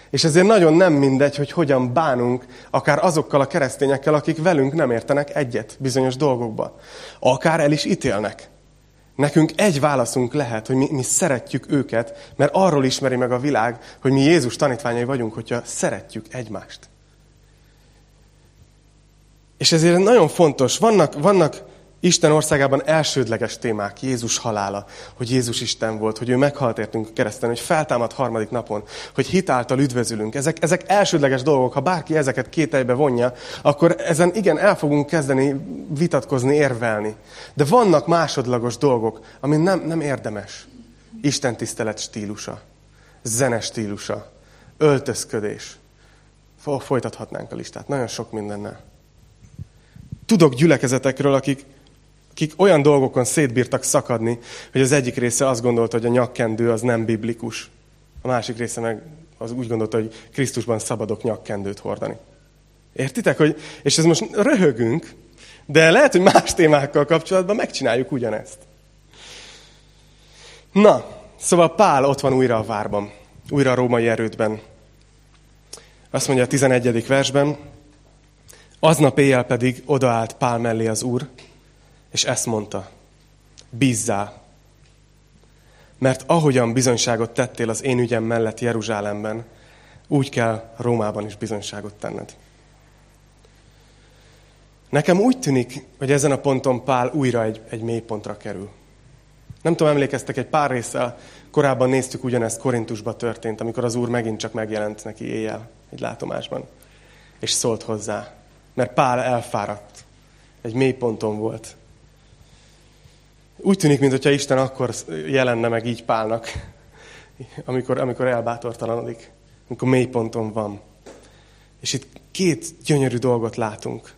És ezért nagyon nem mindegy, hogy hogyan bánunk akár azokkal a keresztényekkel, akik velünk nem értenek egyet bizonyos dolgokba. Akár el is ítélnek. Nekünk egy válaszunk lehet, hogy mi szeretjük őket, mert arról ismeri meg a világ, hogy mi Jézus tanítványai vagyunk, hogyha szeretjük egymást. És ezért nagyon fontos, vannak Isten országában elsődleges témák, Jézus halála, hogy Jézus Isten volt, hogy ő meghalt értünk a kereszten, hogy feltámad harmadik napon, hogy hit által üdvözülünk. Ezek elsődleges dolgok, ha bárki ezeket kételybe vonja, akkor ezen igen, el fogunk kezdeni vitatkozni, érvelni. De vannak másodlagos dolgok, ami nem érdemes. Isten tisztelet stílusa, zene stílusa, öltözködés. Folytathatnánk a listát, nagyon sok mindennel. Tudok gyülekezetekről, akik olyan dolgokon szétbírtak szakadni, hogy az egyik része azt gondolta, hogy a nyakkendő az nem biblikus. A másik része meg az úgy gondolta, hogy Krisztusban szabadok nyakkendőt hordani. Értitek? És ez most röhögünk, de lehet, hogy más témákkal kapcsolatban megcsináljuk ugyanezt. Na, szóval Pál ott van újra a várban, újra a római erődben. Azt mondja a 11. versben, aznap éjjel pedig odaállt Pál mellé az Úr, és ezt mondta, bízzál, mert ahogyan bizonyságot tettél az én ügyem mellett Jeruzsálemben, úgy kell Rómában is bizonyságot tenned. Nekem úgy tűnik, hogy ezen a ponton Pál újra egy mélypontra kerül. Nem tudom, emlékeztek, egy pár résszel korábban néztük ugyanezt, Korintusban történt, amikor az Úr megint csak megjelent neki éjjel egy látomásban, és szólt hozzá, mert Pál elfáradt, egy mélyponton volt. Úgy tűnik, mintha Isten akkor jelenne meg így Pálnak, amikor elbátortalanodik, amikor mélyponton van. És itt két gyönyörű dolgot látunk,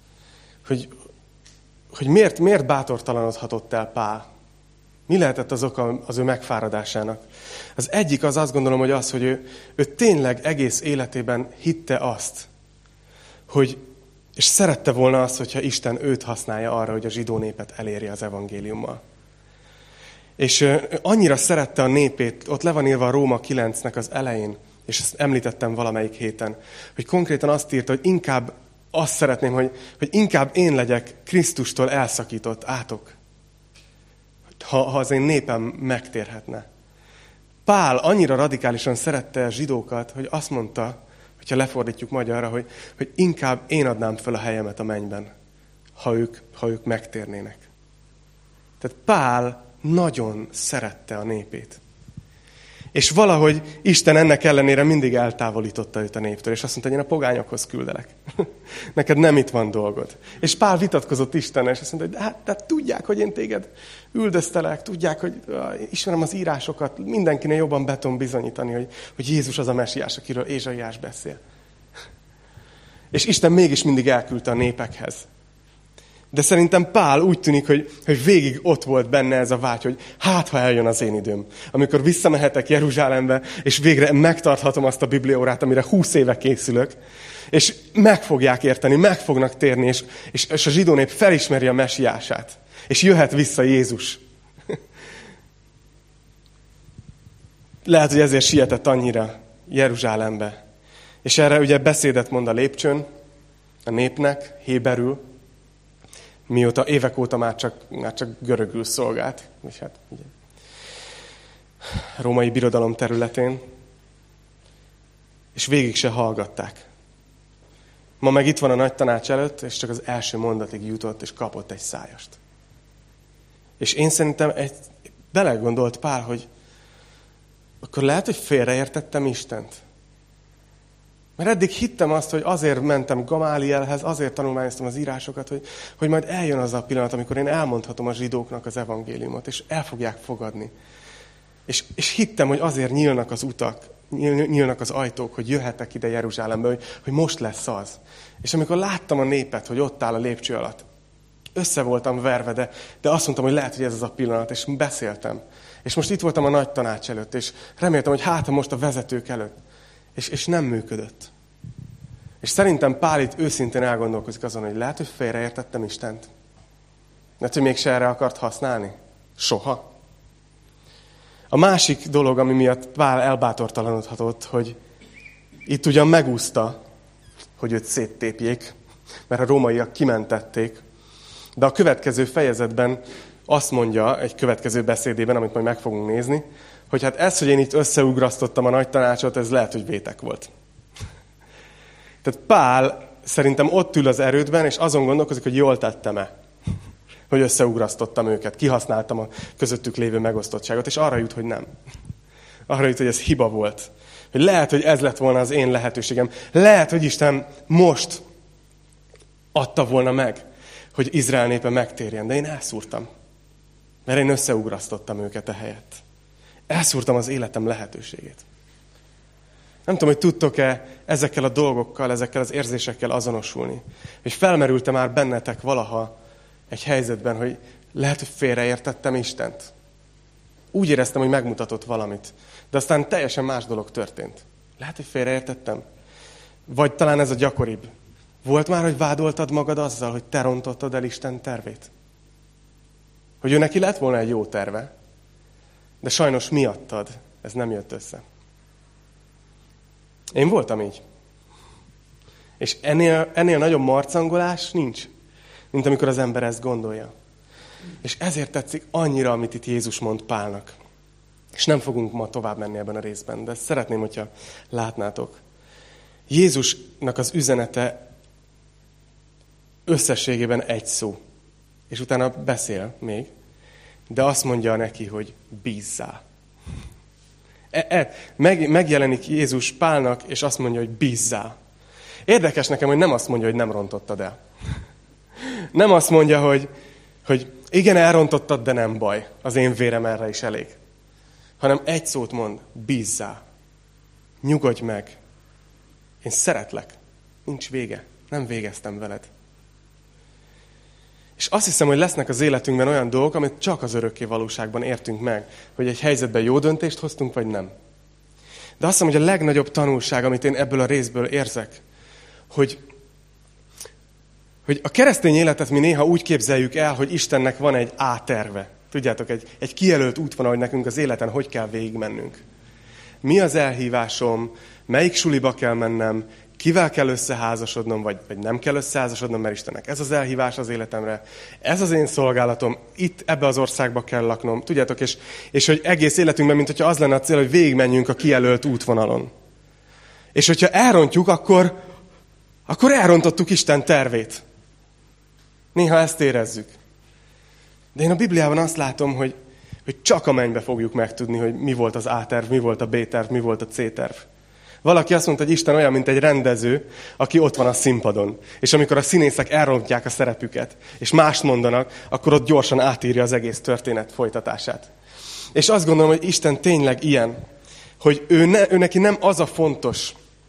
hogy miért bátortalanodhatott el Pál. Mi lehetett az oka az ő megfáradásának? Az egyik az azt gondolom, hogy az, hogy ő tényleg egész életében hitte azt, és szerette volna azt, hogyha Isten őt használja arra, hogy a zsidó népet elérje az evangéliummal. És annyira szerette a népét, ott le van írva a Róma 9-nek az elején, és ezt említettem valamelyik héten, hogy konkrétan azt írta, hogy inkább azt szeretném, hogy inkább én legyek Krisztustól elszakított átok, ha az én népem megtérhetne. Pál annyira radikálisan szerette a zsidókat, hogy azt mondta, hogyha lefordítjuk magyarra, hogy inkább én adnám fel a helyemet a mennyben, ha ők megtérnének. Tehát Pál nagyon szerette a népét. És valahogy Isten ennek ellenére mindig eltávolította őt a néptől, és azt mondta, hogy én a pogányokhoz küldelek. Neked nem itt van dolgod. És Pál vitatkozott Istennel, és azt mondta, hogy hát tudják, hogy én téged üldöztelek, tudják, hogy ismerem az írásokat, mindenkinél jobban be tudom bizonyítani, hogy Jézus az a mesiás, akiről Ézsaiás beszél. És Isten mégis mindig elküldte a népekhez. De szerintem Pál úgy tűnik, hogy végig ott volt benne ez a vágy, hogy hát, ha eljön az én időm, amikor visszamehetek Jeruzsálembe, és végre megtarthatom azt a bibliaórát, amire 20 éve készülök, és meg fogják érteni, meg fognak térni, és a zsidó nép felismeri a mesiását, és jöhet vissza Jézus. Lehet, hogy ezért sietett annyira Jeruzsálembe. És erre ugye beszédet mond a lépcsőn, a népnek, héberül, mióta évek óta már csak görögül szolgált, és hát ugye, római birodalom területén, és végig se hallgatták. Ma meg itt van a nagy tanács előtt, és csak az első mondatig jutott, és kapott egy szájast. És én szerintem belegondolt Pál, hogy akkor lehet, hogy félreértettem Istent. Mert eddig hittem azt, hogy azért mentem Gamálielhez, azért tanulmányoztam az írásokat, hogy majd eljön az a pillanat, amikor én elmondhatom a zsidóknak az evangéliumot, és el fogják fogadni. És hittem, hogy azért nyílnak az utak, nyílnak az ajtók, hogy jöhetek ide Jeruzsálembe, hogy most lesz az. És amikor láttam a népet, hogy ott áll a lépcső alatt, össze voltam verve, de azt mondtam, hogy lehet, hogy ez az a pillanat, és beszéltem. És most itt voltam a nagy tanács előtt, és reméltem, hogy hát, ha most a vezetők előtt. És nem működött. És szerintem Pál itt őszintén elgondolkozik azon, hogy lehet, hogy félreértettem Istent. Lehet, hogy mégse erre akart használni. Soha. A másik dolog, ami miatt Pál elbátortalanodhatott, hogy Itt ugyan megúszta, hogy őt széttépjék, mert a rómaiak kimentették, de a következő fejezetben azt mondja, egy következő beszédében, amit majd meg fogunk nézni, hogy hát ez, hogy én itt összeugrasztottam a nagy tanácsot, ez lehet, hogy vétek volt. Tehát Pál szerintem ott ül az erődben, és azon gondolkozik, hogy jól tettem-e, hogy összeugrasztottam őket, kihasználtam a közöttük lévő megosztottságot, és arra jut, hogy nem. Arra jut, hogy ez hiba volt. Hogy lehet, hogy ez lett volna az én lehetőségem. Lehet, hogy Isten most adta volna meg, hogy Izrael népe megtérjen, de én elszúrtam. Mert én összeugrasztottam őket ehelyett. Elszúrtam az életem lehetőségét. Nem tudom, hogy tudtok-e ezekkel a dolgokkal, ezekkel az érzésekkel azonosulni. És felmerült-e már bennetek valaha egy helyzetben, hogy lehet, hogy félreértettem Istent. Úgy éreztem, hogy megmutatott valamit. De aztán teljesen más dolog történt. Lehet, hogy félreértettem? Vagy talán ez a gyakoribb. Volt már, hogy vádoltad magad azzal, hogy te rontottad el Isten tervét? Hogy ő neki lett volna egy jó terve, de sajnos miattad ez nem jött össze. Én voltam így. És ennél nagyobb marcangolás nincs, mint amikor az ember ezt gondolja. És ezért tetszik annyira, amit itt Jézus mond Pálnak. És nem fogunk ma tovább menni ebben a részben, de szeretném, hogyha látnátok. Jézusnak az üzenete összességében egy szó. És utána beszél még, de azt mondja neki, hogy bízzál. Megjelenik Jézus Pálnak, és azt mondja, hogy bízzál. Érdekes nekem, hogy nem azt mondja, hogy nem rontottad el. Nem azt mondja, hogy igen, elrontottad, de nem baj. Az én vérem erre is elég. Hanem egy szót mond, bízzál. Nyugodj meg. Én szeretlek. Nincs vége. Nem végeztem veled. És azt hiszem, hogy lesznek az életünkben olyan dolgok, amit csak az örökké valóságban értünk meg, hogy egy helyzetben jó döntést hoztunk, vagy nem. De azt hiszem, hogy a legnagyobb tanulság, amit én ebből a részből érzek, hogy a keresztény életet mi néha úgy képzeljük el, hogy Istennek van egy A-terve. Tudjátok, egy kijelölt útvonal, hogy nekünk az életen hogy kell végigmennünk. Mi az elhívásom, melyik suliba kell mennem, kivel kell összeházasodnom, vagy nem kell összeházasodnom, mert Istennek ez az elhívás az életemre, ez az én szolgálatom, itt ebbe az országba kell laknom. Tudjátok, és hogy egész életünkben, mint hogyha az lenne a cél, hogy végigmenjünk a kijelölt útvonalon. És hogyha elrontjuk, akkor elrontottuk Isten tervét. Néha ezt érezzük. De én a Bibliában azt látom, hogy csak a mennybe fogjuk megtudni, hogy mi volt az A-terv, mi volt a B-terv, mi volt a C-terv. Valaki azt mondta, hogy Isten olyan, mint egy rendező, aki ott van a színpadon. És amikor a színészek elrontják a szerepüket, és mást mondanak, akkor ott gyorsan átírja az egész történet folytatását. És azt gondolom, hogy Isten tényleg ilyen, hogy ő neki nem az a fontos,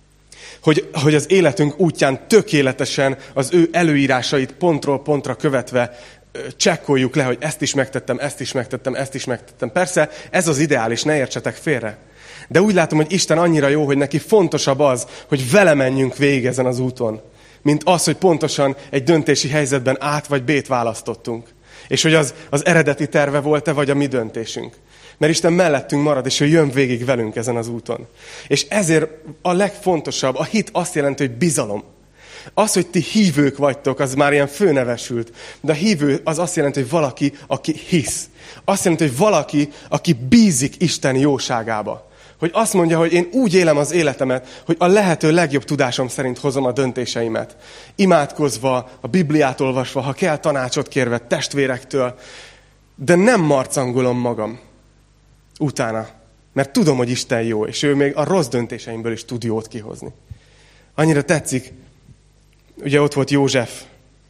hogy az életünk útján tökéletesen az ő előírásait pontról pontra követve csekkoljuk le, hogy ezt is megtettem, ezt is megtettem, ezt is megtettem. Persze ez az ideális, ne értsetek félre. De úgy látom, hogy Isten annyira jó, hogy neki fontosabb az, hogy vele menjünk végig ezen az úton, mint az, hogy pontosan egy döntési helyzetben A-t vagy B-t választottunk. És hogy az eredeti terve volt-e, vagy a mi döntésünk. Mert Isten mellettünk marad, és ő jön végig velünk ezen az úton. És ezért a legfontosabb, a hit azt jelenti, hogy bizalom. Az, hogy ti hívők vagytok, az már ilyen főnevesült. De a hívő az azt jelenti, hogy valaki, aki hisz. Azt jelenti, hogy valaki, aki bízik Isten jóságába. Hogy azt mondja, hogy én úgy élem az életemet, hogy a lehető legjobb tudásom szerint hozom a döntéseimet. Imádkozva, a Bibliát olvasva, ha kell tanácsot kérve testvérektől, de nem marcangolom magam utána. Mert tudom, hogy Isten jó, és ő még a rossz döntéseimből is tud jót kihozni. Annyira tetszik, ugye ott volt József,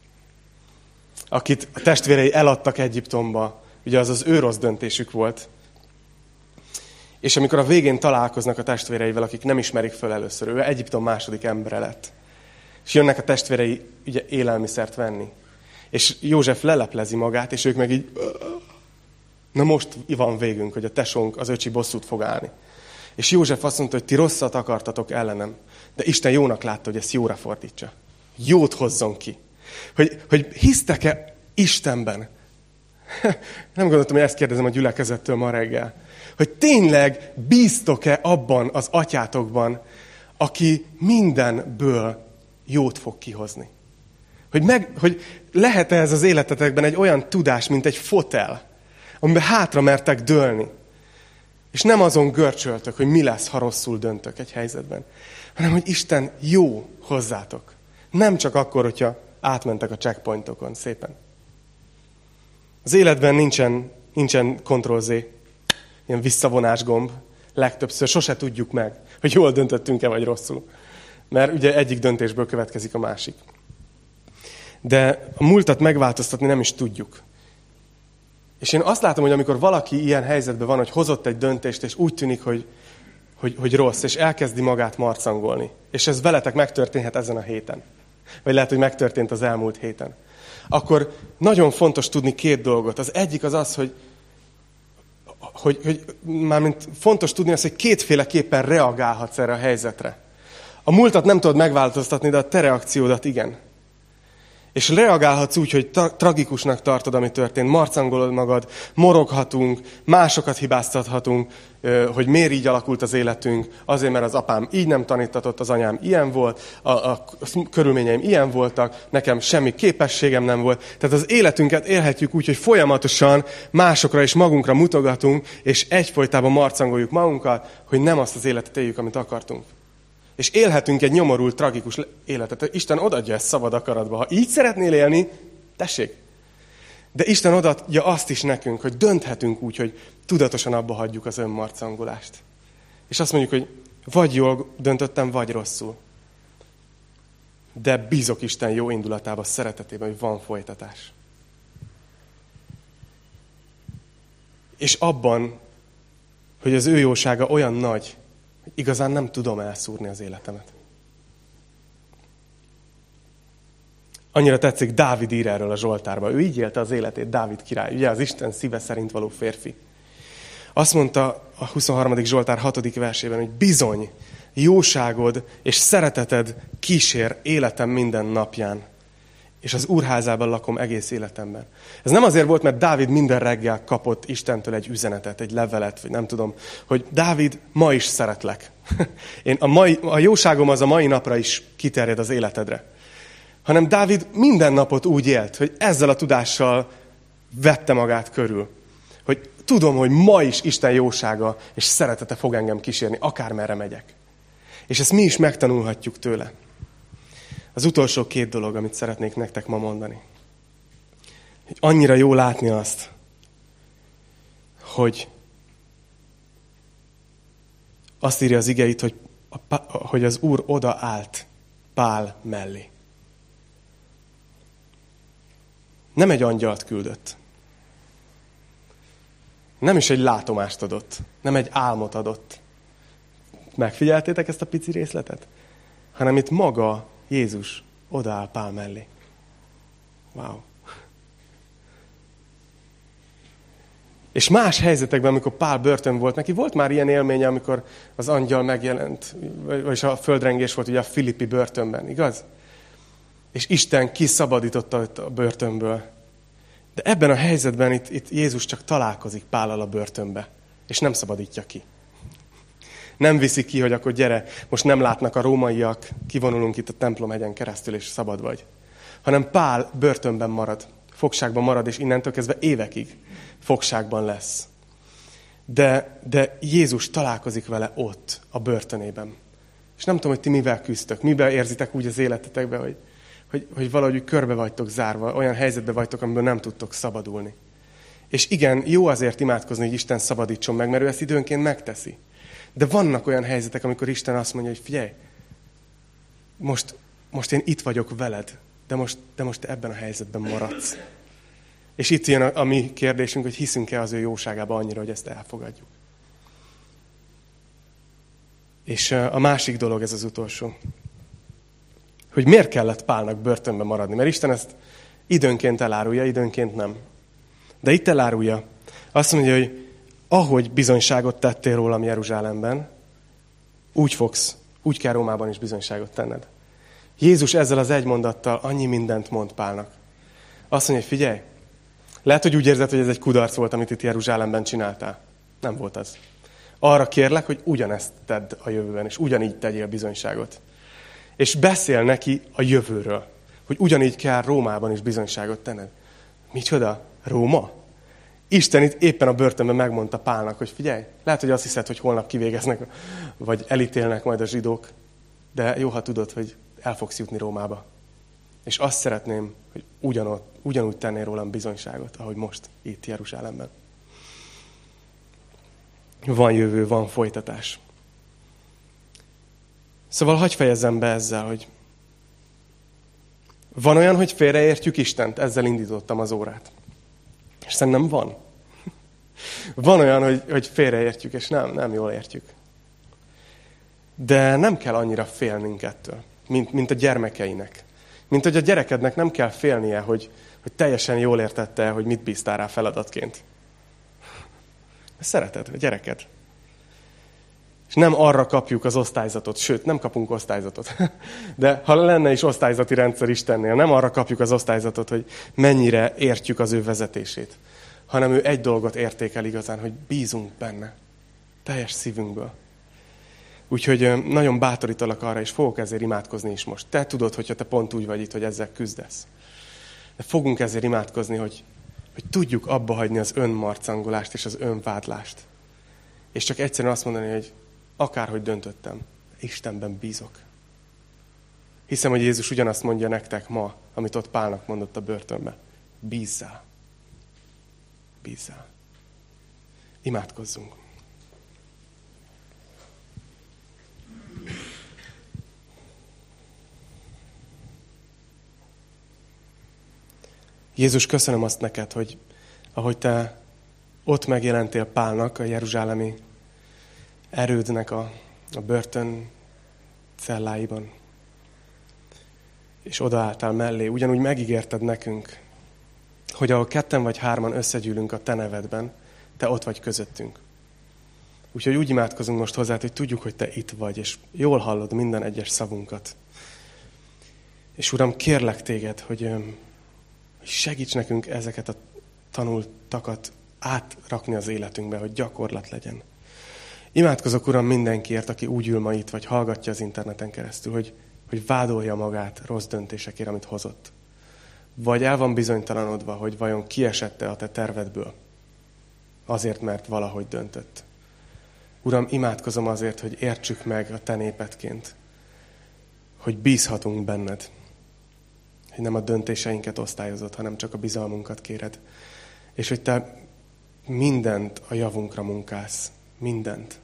akit a testvérei eladtak Egyiptomba, ugye az ő rossz döntésük volt. És amikor a végén találkoznak a testvéreivel, akik nem ismerik föl először, ő Egyiptom második embere lett. És jönnek a testvérei ugye élelmiszert venni. És József leleplezi magát, és ők meg így, na most van végünk, hogy a tesónk, az öcsi bosszút fog állni. És József azt mondta, hogy ti rosszat akartatok ellenem, de Isten jónak látta, hogy ezt jóra fordítsa. Jót hozzon ki. Hogy hisztek-e Istenben? Nem gondoltam, hogy ezt kérdezem a gyülekezettől ma reggel. Hogy tényleg bíztok-e abban az atyátokban, aki mindenből jót fog kihozni. Hogy lehet-e ez az életetekben egy olyan tudás, mint egy fotel, amiben hátra mertek dőlni. És nem azon görcsöltök, hogy mi lesz, ha rosszul döntök egy helyzetben, hanem hogy Isten jó hozzátok. Nem csak akkor, hogyha átmentek a checkpointokon szépen. Az életben nincsen Ctrl-Z, ilyen visszavonás gomb. Legtöbbször sose tudjuk meg, hogy jól döntöttünk-e vagy rosszul. Mert ugye egyik döntésből következik a másik. De a múltat megváltoztatni nem is tudjuk. És én azt látom, hogy amikor valaki ilyen helyzetben van, hogy hozott egy döntést, és úgy tűnik, hogy rossz, és elkezdi magát marcangolni. És ez veletek megtörténhet ezen a héten. Vagy lehet, hogy megtörtént az elmúlt héten. Akkor nagyon fontos tudni két dolgot. Az egyik az az, hogy mármint fontos tudni azt, hogy kétféleképpen reagálhatsz erre a helyzetre. A múltat nem tudod megváltoztatni, de a te reakciódat igen. És reagálhatsz úgy, hogy tragikusnak tartod, ami történt, marcangolod magad, moroghatunk, másokat hibáztathatunk, hogy miért így alakult az életünk, azért, mert az apám így nem tanítatott, az anyám ilyen volt, a körülményeim ilyen voltak, nekem semmi képességem nem volt. Tehát az életünket élhetjük úgy, hogy folyamatosan másokra és magunkra mutogatunk, és egyfolytában marcangoljuk magunkat, hogy nem azt az életet éljük, amit akartunk. És élhetünk egy nyomorult, tragikus életet. Isten odaadja ezt szabad akaratba. Ha így szeretnél élni, tessék. De Isten odaadja azt is nekünk, hogy dönthetünk úgy, hogy tudatosan abba hagyjuk az önmarcangolást. És azt mondjuk, hogy vagy jól döntöttem, vagy rosszul. De bízok Isten jó indulatába, szeretetében, hogy van folytatás. És abban, hogy az ő jósága olyan nagy, igazán nem tudom elszúrni az életemet. Annyira tetszik, Dávid ír erről a Zsoltárban. Ő így élte az életét, Dávid király. Ugye az Isten szíve szerint való férfi. Azt mondta a 23. Zsoltár 6. versében, hogy bizony, jóságod és szereteted kísér életem minden napján. És az Úrházában lakom egész életemben. Ez nem azért volt, mert Dávid minden reggel kapott Istentől egy üzenetet, egy levelet, vagy nem tudom, hogy Dávid, ma is szeretlek. A jóságom az a mai napra is kiterjed az életedre. Hanem Dávid minden napot úgy élt, hogy ezzel a tudással vette magát körül. Hogy tudom, hogy ma is Isten jósága és szeretete fog engem kísérni, akármerre megyek. És ezt mi is megtanulhatjuk tőle. Az utolsó két dolog, amit szeretnék nektek ma mondani. Hogy annyira jó látni azt, hogy azt írja az ige itt, hogy az Úr odaállt Pál mellé. Nem egy angyalt küldött. Nem is egy látomást adott. Nem egy álmot adott. Megfigyeltétek ezt a pici részletet? Hanem itt maga Jézus odaáll Pál mellé. Wow. És más helyzetekben, amikor Pál börtön volt, neki volt már ilyen élménye, amikor az angyal megjelent, vagyis a földrengés volt ugye a Filippi börtönben, igaz? És Isten kiszabadította a börtönből. De ebben a helyzetben itt Jézus csak találkozik Pállal a börtönbe, és nem szabadítja ki. Nem viszi ki, hogy akkor gyere, most nem látnak a rómaiak, kivonulunk itt a templomhegyen keresztül, és szabad vagy. Hanem Pál börtönben marad, fogságban marad, és innentől kezdve évekig fogságban lesz. De Jézus találkozik vele ott, a börtönében. És nem tudom, hogy ti mivel küzdtök, mivel érzitek úgy az életetekben, hogy valahogy körbe vagytok zárva, olyan helyzetbe vagytok, amiből nem tudtok szabadulni. És igen, jó azért imádkozni, hogy Isten szabadítson meg, mert ő ezt időnként megteszi. De vannak olyan helyzetek, amikor Isten azt mondja, hogy figyelj, most én itt vagyok veled, de most te ebben a helyzetben maradsz. És itt jön a mi kérdésünk, hogy hiszünk-e az ő jóságába annyira, hogy ezt elfogadjuk. És a másik dolog, ez az utolsó, hogy miért kellett Pálnak börtönben maradni. Mert Isten ezt időnként elárulja, időnként nem. De itt elárulja. Azt mondja, hogy ahogy bizonyságot tettél rólam Jeruzsálemben, úgy kell Rómában is bizonyságot tenned. Jézus ezzel az egy mondattal annyi mindent mond Pálnak. Azt mondja, hogy figyelj, lehet, hogy úgy érzed, hogy ez egy kudarc volt, amit itt Jeruzsálemben csináltál. Nem volt az. Arra kérlek, hogy ugyanezt tedd a jövőben, és ugyanígy tegyél bizonyságot. És beszél neki a jövőről, hogy ugyanígy kell Rómában is bizonyságot tenned. Micsoda? Róma? Isten itt éppen a börtönben megmondta Pálnak, hogy figyelj, lehet, hogy azt hiszed, hogy holnap kivégeznek, vagy elítélnek majd a zsidók, de jó, ha tudod, hogy el fogsz jutni Rómába. És azt szeretném, hogy ugyanúgy tennél rólam bizonyságot, ahogy most itt Jeruzsálemben. Van jövő, van folytatás. Szóval hadd fejezzem be ezzel, hogy van olyan, hogy félreértjük Istent, ezzel indítottam az órát. És szerintem van. Van olyan, hogy félreértjük, és nem jól értjük. De nem kell annyira félnünk ettől, mint a gyermekeinek. Mint hogy a gyerekednek nem kell félnie, hogy teljesen jól értette, hogy mit bíztál rá feladatként. Szereted a gyereket. És nem arra kapjuk az osztályzatot, sőt, nem kapunk osztályzatot. De ha lenne is osztályzati rendszer Istennél, nem arra kapjuk az osztályzatot, hogy mennyire értjük az ő vezetését, hanem ő egy dolgot értékel igazán, hogy bízunk benne. Teljes szívünkből. Úgyhogy nagyon bátorítalak arra, és fogok ezért imádkozni is most. Te tudod, hogyha te pont úgy vagy itt, hogy ezzel küzdesz. De fogunk ezért imádkozni, hogy tudjuk abba hagyni az önmarcangolást és az önvádlást. És csak egyszerűen azt mondani, hogy akárhogy döntöttem, Istenben bízok. Hiszem, hogy Jézus ugyanazt mondja nektek ma, amit ott Pálnak mondott a börtönbe. Bízzál. Bízzál. Imádkozzunk. Jézus, köszönöm azt neked, hogy ahogy te ott megjelentél Pálnak, a jeruzsálemi erődnek a börtön celláiban, és odaálltál mellé, ugyanúgy megígérted nekünk, hogy ahol 2 vagy 3 összegyűlünk a te nevedben, te ott vagy közöttünk. Úgyhogy úgy imádkozunk most hozzád, hogy tudjuk, hogy te itt vagy, és jól hallod minden egyes szavunkat. És Uram, kérlek téged, hogy segíts nekünk ezeket a tanultakat átrakni az életünkbe, hogy gyakorlat legyen. Imádkozok, Uram, mindenkiért, aki úgy ül ma itt, vagy hallgatja az interneten keresztül, hogy vádolja magát rossz döntésekért, amit hozott. Vagy el van bizonytalanodva, hogy vajon kiesette a te tervedből. Azért, mert valahogy döntött. Uram, imádkozom azért, hogy értsük meg a te népedként, hogy bízhatunk benned. Hogy nem a döntéseinket osztályozod, hanem csak a bizalmunkat kéred. És hogy te mindent a javunkra munkálsz. Mindent.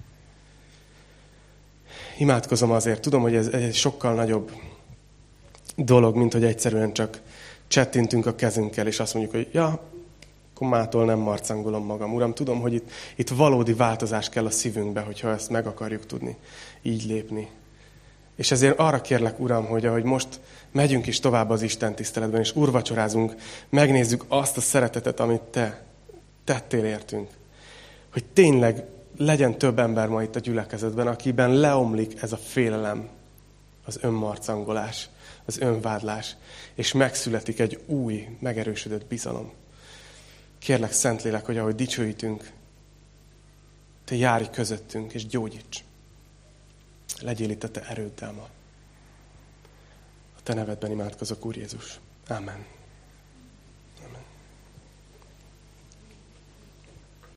Imádkozom azért. Tudom, hogy ez egy sokkal nagyobb dolog, mint hogy egyszerűen csak csettintünk a kezünkkel, és azt mondjuk, hogy ja, akkor mától nem marcangolom magam. Uram, tudom, hogy itt valódi változás kell a szívünkbe, hogyha ezt meg akarjuk tudni, így lépni. És ezért arra kérlek, Uram, hogy ahogy most megyünk is tovább az Isten tiszteletben, és úrvacsorázunk, megnézzük azt a szeretetet, amit te tettél értünk. Hogy tényleg legyen több ember ma itt a gyülekezetben, akiben leomlik ez a félelem, az önmarcangolás, az önvádlás, és megszületik egy új, megerősödött bizalom. Kérlek, Szentlélek, hogy ahogy dicsőítünk, te járj közöttünk, és gyógyíts. Legyél itt a te erőddel ma. A te nevedben imádkozok, Úr Jézus. Amen.